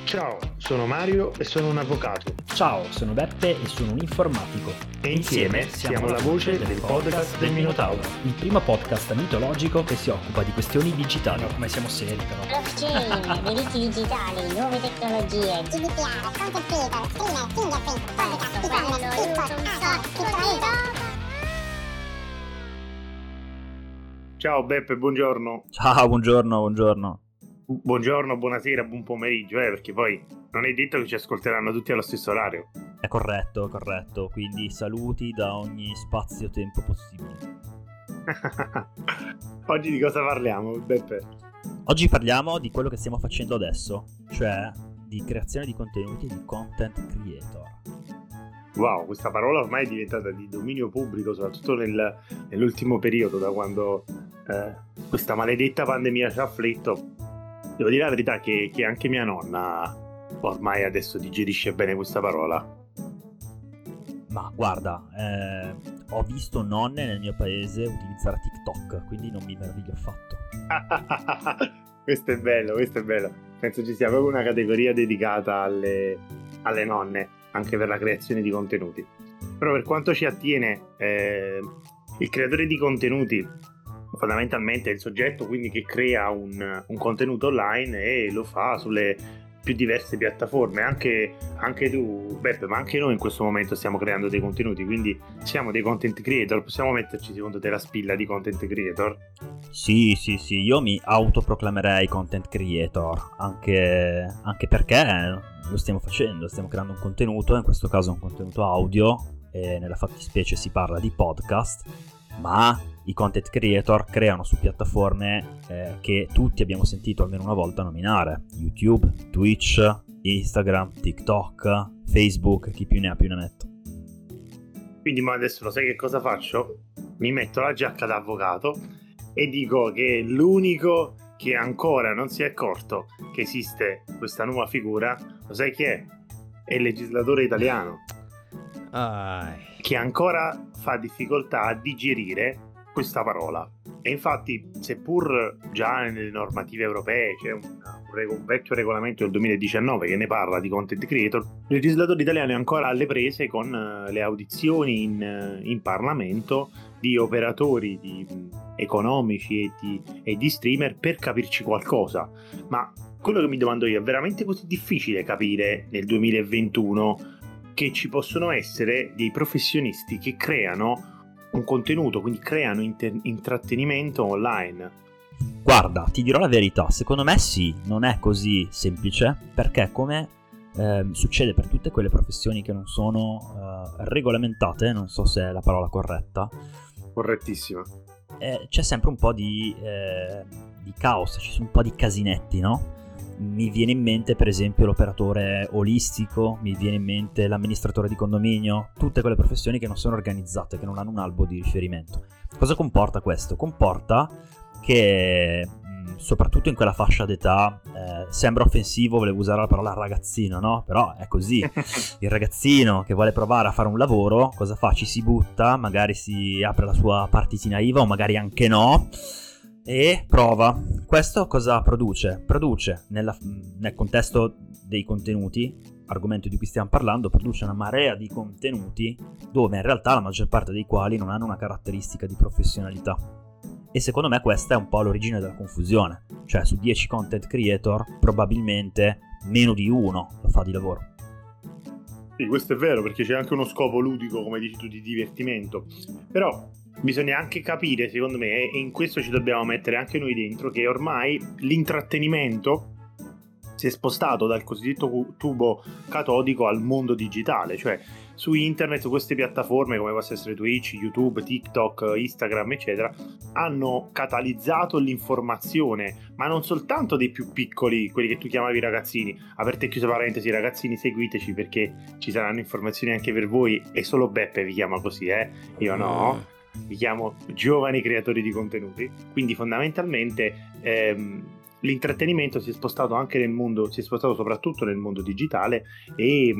Ciao, sono Mario e sono un avvocato. Ciao, sono Beppe e sono un informatico. E insieme siamo la voce del podcast del Minotauro. Il primo podcast mitologico che si occupa di questioni digitali. Come siamo seri però. Blockchain, diritti digitali, nuove tecnologie, GDPR, content creator, streamer, fingerprint, podcast, TikTok. Ciao Beppe, buongiorno. Ciao, buongiorno. Buongiorno, buonasera, buon pomeriggio, perché poi non è detto che ci ascolteranno tutti allo stesso orario. È corretto, quindi saluti da ogni spazio-tempo possibile. Oggi di cosa parliamo, Beppe? Oggi parliamo di quello che stiamo facendo adesso, cioè di creazione di contenuti di content creator. Wow, questa parola ormai è diventata di dominio pubblico, soprattutto nell'ultimo periodo, da quando questa maledetta pandemia ci ha afflitto. Devo dire la verità che anche mia nonna ormai adesso digerisce bene questa parola. Ma guarda, ho visto nonne nel mio paese utilizzare TikTok, quindi non mi meraviglio affatto. Questo è bello. Penso ci sia proprio una categoria dedicata alle nonne, anche per la creazione di contenuti. Però per quanto ci attiene, il creatore di contenuti fondamentalmente è il soggetto quindi che crea un contenuto online e lo fa sulle più diverse piattaforme. Anche tu, Beppe, ma anche noi in questo momento stiamo creando dei contenuti, quindi siamo dei content creator. Possiamo metterci secondo te la spilla di content creator? Sì, io mi autoproclamerei content creator, anche perché lo stiamo facendo, stiamo creando un contenuto, in questo caso un contenuto audio, e nella fattispecie si parla di podcast, ma i content creator creano su piattaforme che tutti abbiamo sentito almeno una volta nominare: YouTube, Twitch, Instagram, TikTok, Facebook, chi più ne ha più ne metta. Quindi ma adesso lo sai che cosa faccio? Mi metto la giacca da avvocato e dico che l'unico che ancora non si è accorto che esiste questa nuova figura, lo sai chi è? È il legislatore italiano, che ancora fa difficoltà a digerire questa parola. E infatti, seppur già nelle normative europee c'è un vecchio regolamento del 2019 che ne parla di content creator, il legislatore italiano è ancora alle prese con le audizioni in Parlamento di operatori economici e di streamer per capirci qualcosa. Ma quello che mi domando io, è veramente così difficile capire nel 2021 che ci possono essere dei professionisti che creano un contenuto, quindi creano intrattenimento online? Guarda, ti dirò la verità, secondo me sì, non è così semplice, perché come succede per tutte quelle professioni che non sono regolamentate, non so se è la parola corretta. Correttissima. C'è sempre un po' di caos, ci sono un po' di casinetti, no? Mi viene in mente per esempio l'operatore olistico, mi viene in mente l'amministratore di condominio, tutte quelle professioni che non sono organizzate, che non hanno un albo di riferimento. Cosa comporta questo? Comporta che soprattutto in quella fascia d'età, sembra offensivo, volevo usare la parola ragazzino, no? Però è così. Il ragazzino che vuole provare a fare un lavoro, cosa fa? Ci si butta, magari si apre la sua partitina IVA o magari anche no, e prova. Questo cosa produce? Produce nel contesto dei contenuti, argomento di cui stiamo parlando, produce una marea di contenuti dove in realtà la maggior parte dei quali non hanno una caratteristica di professionalità. E secondo me questa è un po' l'origine della confusione, cioè su 10 content creator probabilmente meno di uno lo fa di lavoro. Sì, questo è vero, perché c'è anche uno scopo ludico, come dici tu, di divertimento. Però bisogna anche capire, secondo me, e in questo ci dobbiamo mettere anche noi dentro, che ormai l'intrattenimento si è spostato dal cosiddetto tubo catodico al mondo digitale, cioè su internet, su queste piattaforme come possono essere Twitch, YouTube, TikTok, Instagram, eccetera, hanno catalizzato l'informazione, ma non soltanto dei più piccoli, quelli che tu chiamavi ragazzini. Aperte e chiuse parentesi, ragazzini, seguiteci perché ci saranno informazioni anche per voi, e solo Beppe vi chiama così, io no. Vi chiamo giovani creatori di contenuti. Quindi fondamentalmente l'intrattenimento si è spostato anche nel mondo, si è spostato soprattutto nel mondo digitale, e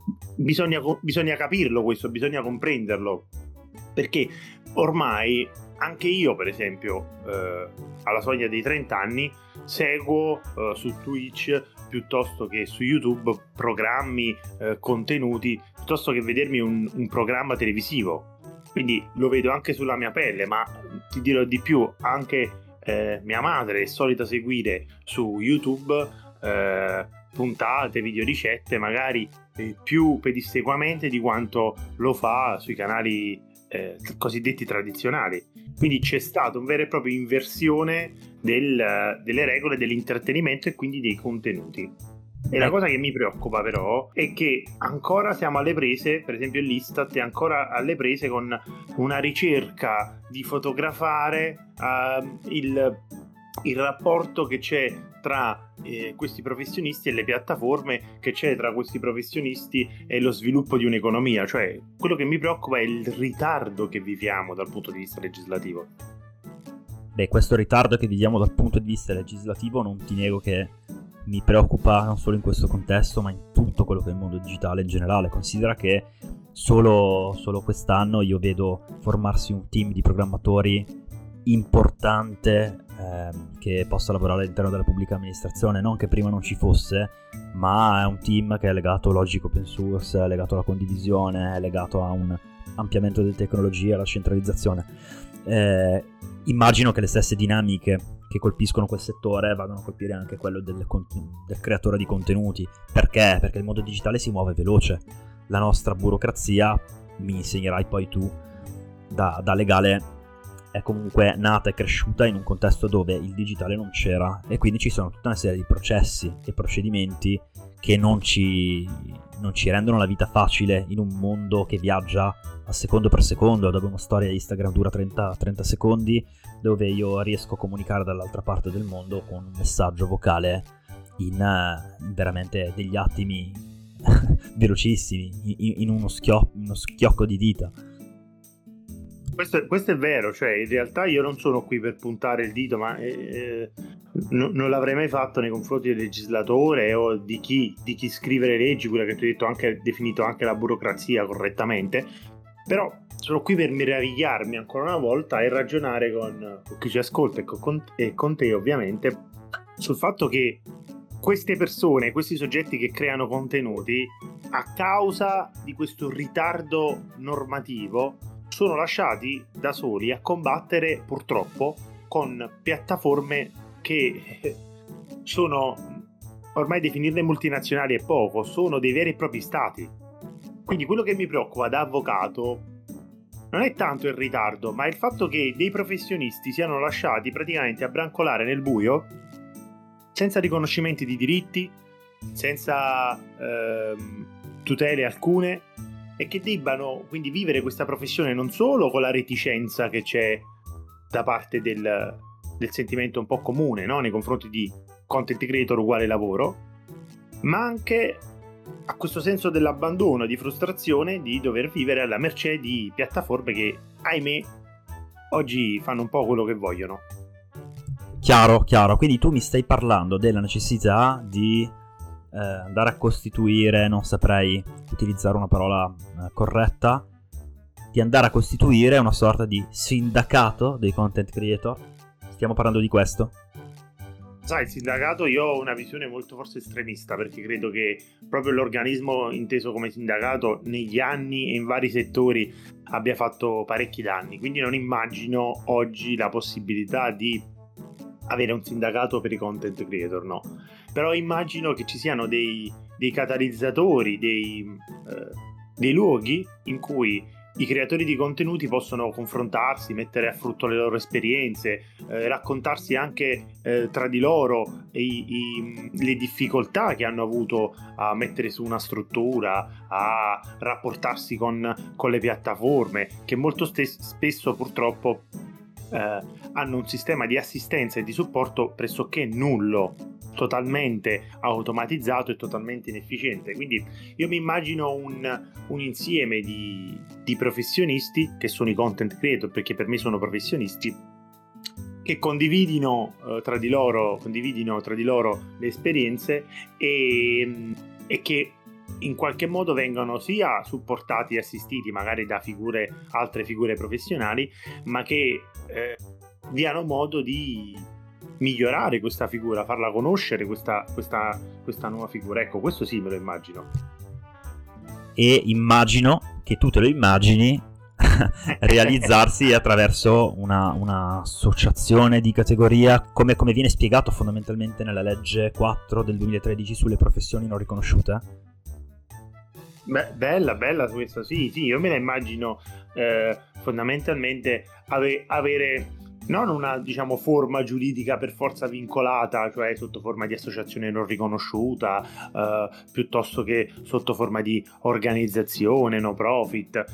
bisogna capirlo questo, bisogna comprenderlo, perché ormai anche io, per esempio, alla soglia dei 30 anni, seguo su Twitch piuttosto che su YouTube programmi, contenuti, piuttosto che vedermi un programma televisivo. Quindi lo vedo anche sulla mia pelle, ma ti dirò di più, anche mia madre è solita seguire su YouTube puntate, video ricette, magari più pedissequamente di quanto lo fa sui canali cosiddetti tradizionali. Quindi c'è stata una vera e propria inversione delle regole dell'intrattenimento e quindi dei contenuti. E la cosa che mi preoccupa però è che ancora siamo alle prese, per esempio l'Istat è ancora alle prese con una ricerca di fotografare il rapporto che c'è tra questi professionisti e le piattaforme, che c'è tra questi professionisti e lo sviluppo di un'economia. Cioè, quello che mi preoccupa è il ritardo che viviamo dal punto di vista legislativo. Beh, questo ritardo che viviamo dal punto di vista legislativo non ti nego che mi preoccupa non solo in questo contesto, ma in tutto quello che è il mondo digitale in generale. Considera che solo quest'anno io vedo formarsi un team di programmatori importante che possa lavorare all'interno della pubblica amministrazione, non che prima non ci fosse, ma è un team che è legato all'ogico open source, è legato alla condivisione, è legato a un ampliamento delle tecnologie, alla centralizzazione. Immagino che le stesse dinamiche che colpiscono quel settore vadano a colpire anche quello del creatore di contenuti. Perché? Perché il mondo digitale si muove veloce. La nostra burocrazia, mi insegnerai poi tu, da legale, è comunque nata e cresciuta in un contesto dove il digitale non c'era, e quindi ci sono tutta una serie di processi e procedimenti che non ci rendono la vita facile in un mondo che viaggia a secondo per secondo, dove una storia Instagram dura 30 secondi, dove io riesco a comunicare dall'altra parte del mondo con un messaggio vocale in veramente degli attimi velocissimi, in uno schiocco di dita. Questo è vero, cioè in realtà io non sono qui per puntare il dito, ma non l'avrei mai fatto nei confronti del legislatore o di chi scrive le leggi, quella che ti ho detto, anche definito anche la burocrazia correttamente. Però sono qui per meravigliarmi ancora una volta e ragionare con chi ci ascolta e con te ovviamente sul fatto che queste persone, questi soggetti che creano contenuti, a causa di questo ritardo normativo, sono lasciati da soli a combattere, purtroppo, con piattaforme che sono, ormai definirle multinazionali è poco, sono dei veri e propri stati. Quindi quello che mi preoccupa da avvocato non è tanto il ritardo, ma il fatto che dei professionisti siano lasciati praticamente a brancolare nel buio, senza riconoscimenti di diritti, senza tutele alcune, e che debbano quindi vivere questa professione non solo con la reticenza che c'è da parte del sentimento un po' comune, no? Nei confronti di content creator uguale lavoro, ma anche a questo senso dell'abbandono, di frustrazione di dover vivere alla mercé di piattaforme che, ahimè, oggi fanno un po' quello che vogliono. Chiaro, quindi tu mi stai parlando della necessità di andare a costituire, non saprei utilizzare una parola corretta, di andare a costituire una sorta di sindacato dei content creator. Stiamo parlando di questo? Sai, il sindacato, io ho una visione molto forse estremista, perché credo che proprio l'organismo inteso come sindacato negli anni e in vari settori abbia fatto parecchi danni, quindi non immagino oggi la possibilità di avere un sindacato per i content creator, no. Però immagino che ci siano dei catalizzatori, dei luoghi in cui i creatori di contenuti possono confrontarsi, mettere a frutto le loro esperienze, raccontarsi anche tra di loro le difficoltà che hanno avuto a mettere su una struttura, a rapportarsi con le piattaforme, che molto spesso purtroppo hanno un sistema di assistenza e di supporto pressoché nullo, totalmente automatizzato e totalmente inefficiente. Quindi io mi immagino un insieme di professionisti, che sono i content creator, perché per me sono professionisti, che condividono tra di loro le esperienze e che in qualche modo vengano sia supportati e assistiti magari da altre figure professionali, ma che diano modo di migliorare questa figura, farla conoscere questa nuova figura. Ecco, questo sì, me lo immagino. E immagino che tu te lo immagini realizzarsi attraverso una associazione di categoria, come viene spiegato fondamentalmente nella legge 4 del 2013 sulle professioni non riconosciute. Bella questa, sì, io me la immagino fondamentalmente avere non una, diciamo, forma giuridica per forza vincolata, cioè sotto forma di associazione non riconosciuta, piuttosto che sotto forma di organizzazione no profit.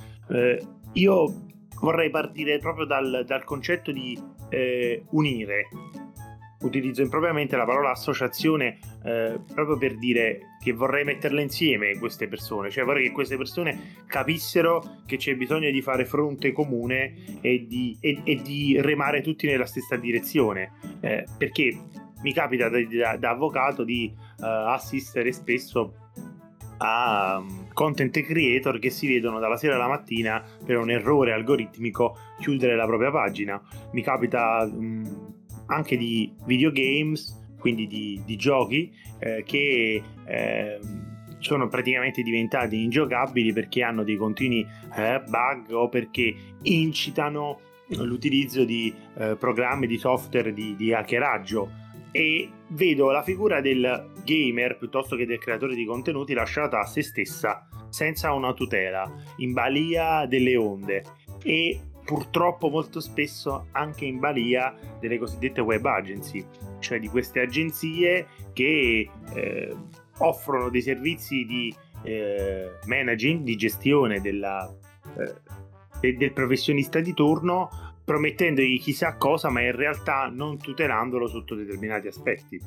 Io vorrei partire proprio dal concetto di unire. Utilizzo impropriamente la parola associazione proprio per dire che vorrei metterle insieme queste persone, cioè vorrei che queste persone capissero che c'è bisogno di fare fronte comune e di remare tutti nella stessa direzione, perché mi capita da avvocato di assistere spesso a content creator che si vedono dalla sera alla mattina per un errore algoritmico chiudere la propria pagina. Mi capita anche di videogames, quindi di giochi che sono praticamente diventati ingiocabili perché hanno dei continui bug o perché incitano l'utilizzo di programmi di software di hackeraggio, e vedo la figura del gamer piuttosto che del creatore di contenuti lasciata a se stessa, senza una tutela, in balia delle onde e purtroppo molto spesso anche in balia delle cosiddette web agency, cioè di queste agenzie che offrono dei servizi di managing, di gestione del professionista di turno, promettendogli chissà cosa, ma in realtà non tutelandolo sotto determinati aspetti.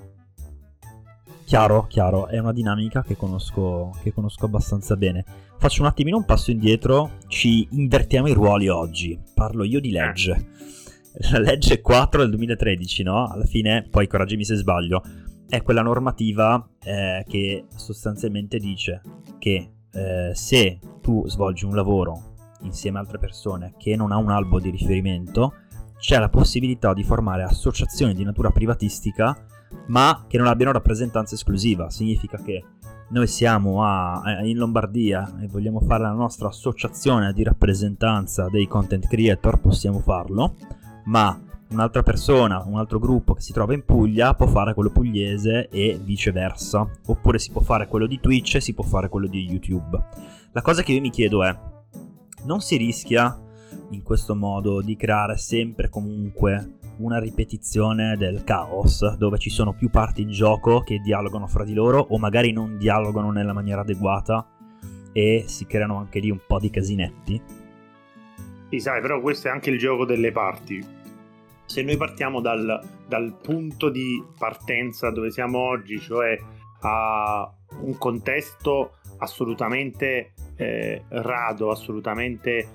Chiaro, è una dinamica che conosco abbastanza bene. Faccio un attimino un passo indietro, ci invertiamo i ruoli oggi. Parlo io di legge. La legge 4 del 2013, no? Alla fine, poi correggimi se sbaglio, è quella normativa che sostanzialmente dice che se tu svolgi un lavoro insieme a altre persone che non ha un albo di riferimento, c'è la possibilità di formare associazioni di natura privatistica ma che non abbiano rappresentanza esclusiva. Significa che noi siamo in Lombardia e vogliamo fare la nostra associazione di rappresentanza dei content creator, possiamo farlo, ma un'altra persona, un altro gruppo che si trova in Puglia può fare quello pugliese e viceversa, oppure si può fare quello di Twitch e si può fare quello di YouTube. La cosa che io mi chiedo è: non si rischia in questo modo di creare sempre comunque una ripetizione del caos, dove ci sono più parti in gioco che dialogano fra di loro o magari non dialogano nella maniera adeguata e si creano anche lì un po' di casinetti? Sì, sai, però questo è anche il gioco delle parti. Se noi partiamo dal punto di partenza dove siamo oggi, cioè a un contesto assolutamente rado, assolutamente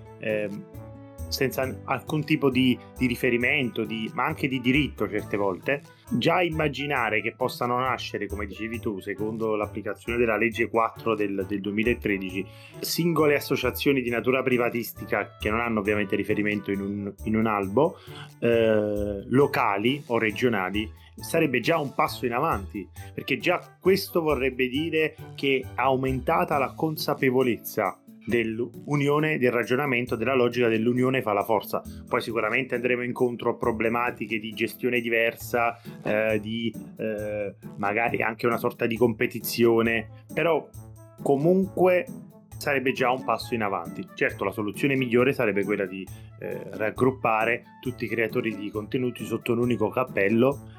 senza alcun tipo di riferimento, ma anche di diritto certe volte, già immaginare che possano nascere, come dicevi tu, secondo l'applicazione della legge 4 del 2013, singole associazioni di natura privatistica che non hanno ovviamente riferimento in un albo, locali o regionali, sarebbe già un passo in avanti, perché già questo vorrebbe dire che è aumentata la consapevolezza dell'unione, del ragionamento, della logica dell'unione fa la forza. Poi sicuramente andremo incontro a problematiche di gestione diversa, di magari anche una sorta di competizione, però comunque sarebbe già un passo in avanti. Certo, la soluzione migliore sarebbe quella di raggruppare tutti i creatori di contenuti sotto un unico cappello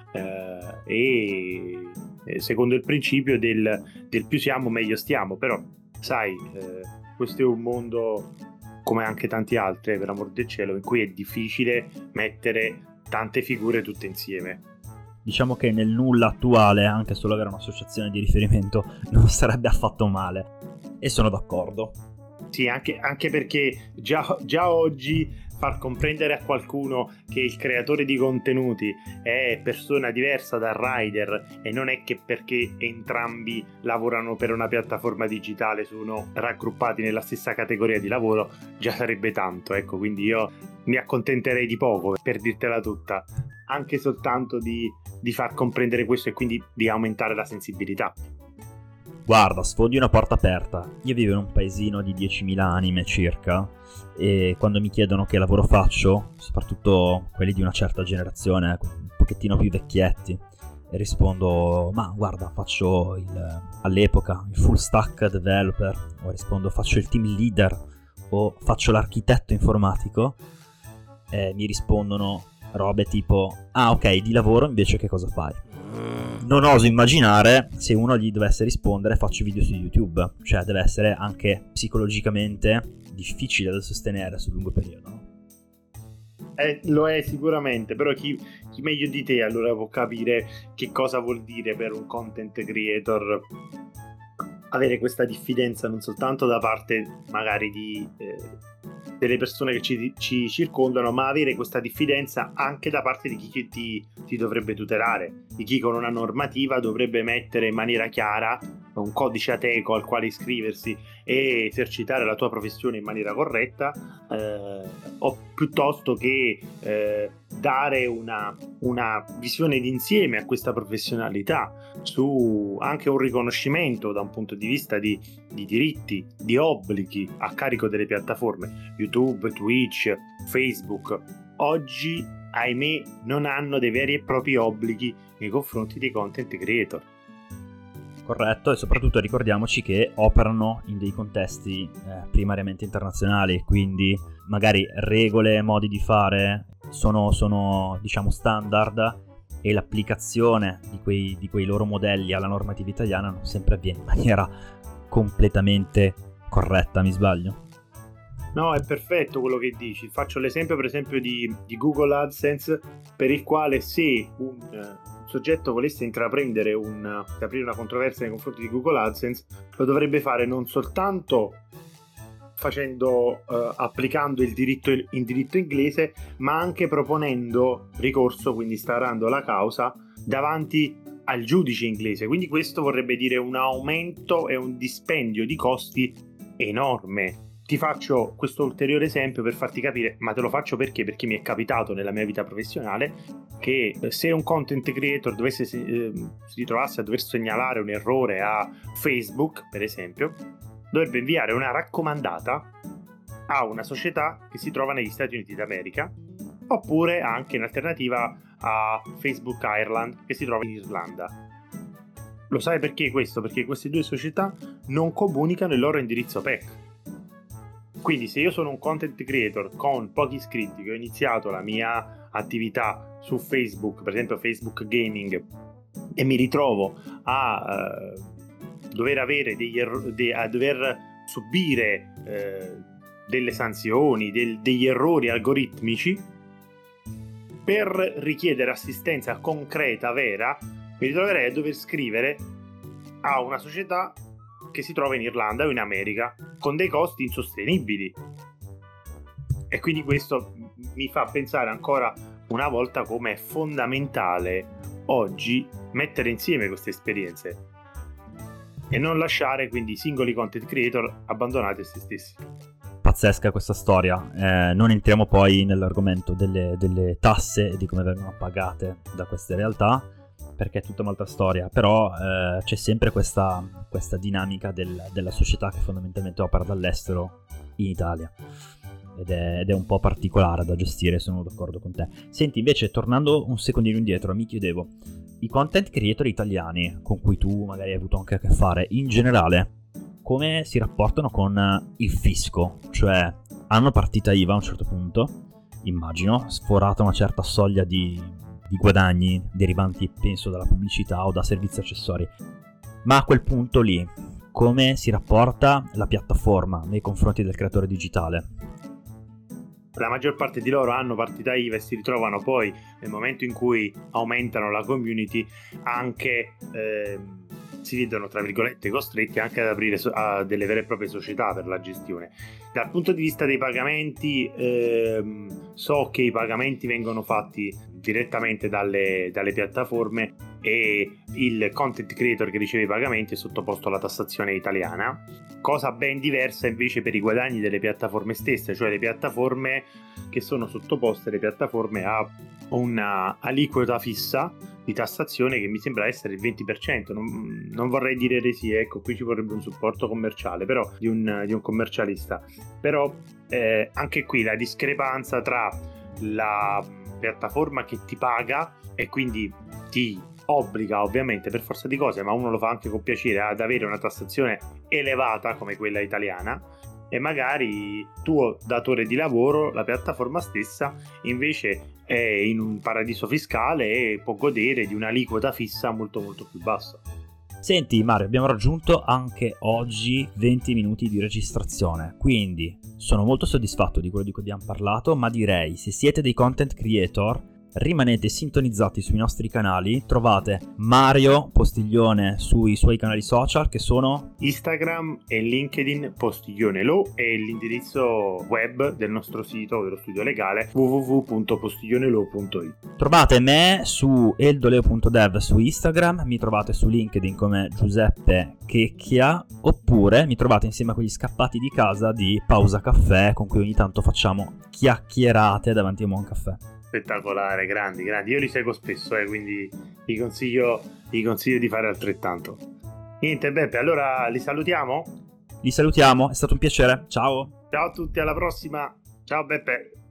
e secondo il principio del più siamo meglio stiamo, però sai, questo è un mondo, come anche tanti altri, per amor del cielo, in cui è difficile mettere tante figure tutte insieme. Diciamo che nel nulla attuale anche solo avere un'associazione di riferimento non sarebbe affatto male, e sono d'accordo. Sì, anche perché già oggi far comprendere a qualcuno che il creatore di contenuti è persona diversa dal rider e non è che perché entrambi lavorano per una piattaforma digitale sono raggruppati nella stessa categoria di lavoro, già sarebbe tanto, ecco. Quindi io mi accontenterei di poco, per dirtela tutta, anche soltanto di far comprendere questo e quindi di aumentare la sensibilità. Guarda, sfondi una porta aperta. Io vivo in un paesino di 10.000 anime circa, e quando mi chiedono che lavoro faccio, soprattutto quelli di una certa generazione, un pochettino più vecchietti, e rispondo: ma guarda, faccio all'epoca il full stack developer, o rispondo faccio il team leader, o faccio l'architetto informatico, e mi rispondono robe tipo: ah, ok, di lavoro invece che cosa fai? Non oso immaginare se uno gli dovesse rispondere faccio video su YouTube, cioè deve essere anche psicologicamente difficile da sostenere sul lungo periodo. Lo è sicuramente, però chi meglio di te allora può capire che cosa vuol dire per un content creator avere questa diffidenza non soltanto da parte magari delle persone che ci circondano, ma avere questa diffidenza anche da parte di chi ti dovrebbe tutelare, di chi con una normativa dovrebbe mettere in maniera chiara un codice ateco al quale iscriversi e esercitare la tua professione in maniera corretta, o piuttosto che dare una visione d'insieme a questa professionalità, su anche un riconoscimento da un punto di vista di diritti, di obblighi a carico delle piattaforme YouTube, Twitch, Facebook. Oggi, ahimè, non hanno dei veri e propri obblighi nei confronti dei content creator. Corretto, e soprattutto ricordiamoci che operano in dei contesti primariamente internazionali, quindi magari regole, modi di fare sono diciamo standard, e l'applicazione di quei loro modelli alla normativa italiana non sempre avviene in maniera completamente corretta, mi sbaglio? No, è perfetto quello che dici. Faccio l'esempio per esempio di Google AdSense, per il quale se un soggetto volesse intraprendere aprire una controversia nei confronti di Google AdSense, lo dovrebbe fare non soltanto applicando il diritto in diritto inglese, ma anche proponendo ricorso, quindi instaurando la causa davanti al giudice inglese. Quindi questo vorrebbe dire un aumento e un dispendio di costi enorme. Ti faccio questo ulteriore esempio per farti capire, ma te lo faccio perché mi è capitato nella mia vita professionale che se un content creator si ritrovasse a dover segnalare un errore a Facebook, per esempio, dovrebbe inviare una raccomandata a una società che si trova negli Stati Uniti d'America, oppure anche in alternativa a Facebook Ireland, che si trova in Irlanda. Lo sai perché questo? Perché queste due società non comunicano il loro indirizzo PEC. Quindi se io sono un content creator con pochi iscritti, che ho iniziato la mia attività su Facebook, per esempio Facebook Gaming, e mi ritrovo a dover avere a dover subire delle sanzioni, degli errori algoritmici, per richiedere assistenza concreta, vera, mi ritroverei a dover scrivere a una società che si trova in Irlanda o in America con dei costi insostenibili. E quindi questo mi fa pensare ancora una volta come è fondamentale oggi mettere insieme queste esperienze e non lasciare quindi i singoli content creator abbandonati a se stessi. Pazzesca questa storia. Non entriamo poi nell'argomento delle tasse e di come vengono pagate da queste realtà, perché è tutta un'altra storia, però c'è sempre questa dinamica della società che fondamentalmente opera dall'estero in Italia, ed è un po' particolare da gestire, sono d'accordo con te. Senti, invece, tornando un secondino indietro, mi chiedevo, i content creator italiani con cui tu magari hai avuto anche a che fare, in generale, come si rapportano con il fisco? Cioè, hanno partita IVA a un certo punto, immagino, sforata una certa soglia di guadagni derivanti, penso, dalla pubblicità o da servizi accessori, ma a quel punto lì come si rapporta la piattaforma nei confronti del creatore digitale? La maggior parte di loro hanno partita IVA e si ritrovano poi nel momento in cui aumentano la community anche si vedono tra virgolette costretti anche ad aprire a delle vere e proprie società per la gestione. Dal punto di vista dei pagamenti, so che i pagamenti vengono fatti direttamente dalle piattaforme e il content creator che riceve i pagamenti è sottoposto alla tassazione italiana, cosa ben diversa invece per i guadagni delle piattaforme stesse, cioè le piattaforme che sono sottoposte, le piattaforme a una aliquota fissa di tassazione che mi sembra essere il 20%, non vorrei dire eresie, ecco, qui ci vorrebbe un supporto commerciale, però di un commercialista, però anche qui la discrepanza tra la piattaforma che ti paga e quindi ti obbliga ovviamente per forza di cose, ma uno lo fa anche con piacere, ad avere una tassazione elevata come quella italiana, e magari tuo datore di lavoro, la piattaforma stessa, invece è in un paradiso fiscale e può godere di un'aliquota fissa molto molto più bassa. Senti Mario, abbiamo raggiunto anche oggi 20 minuti di registrazione, quindi sono molto soddisfatto di quello di cui abbiamo parlato, ma direi, se siete dei content creator, rimanete sintonizzati sui nostri canali, trovate Mario Postiglione sui suoi canali social che sono Instagram e LinkedIn Postiglione Law, e l'indirizzo web del nostro sito dello studio legale www.postiglionelaw.it. Trovate me su eldoleo.dev su Instagram, mi trovate su LinkedIn come Giuseppe Checchia, oppure mi trovate insieme a quegli scappati di casa di Pausa Caffè con cui ogni tanto facciamo chiacchierate davanti a un buon caffè. Spettacolare, grandi, io li seguo spesso, quindi vi consiglio di fare altrettanto. Niente Beppe, allora li salutiamo? Li salutiamo, è stato un piacere, ciao! Ciao a tutti, alla prossima, ciao Beppe!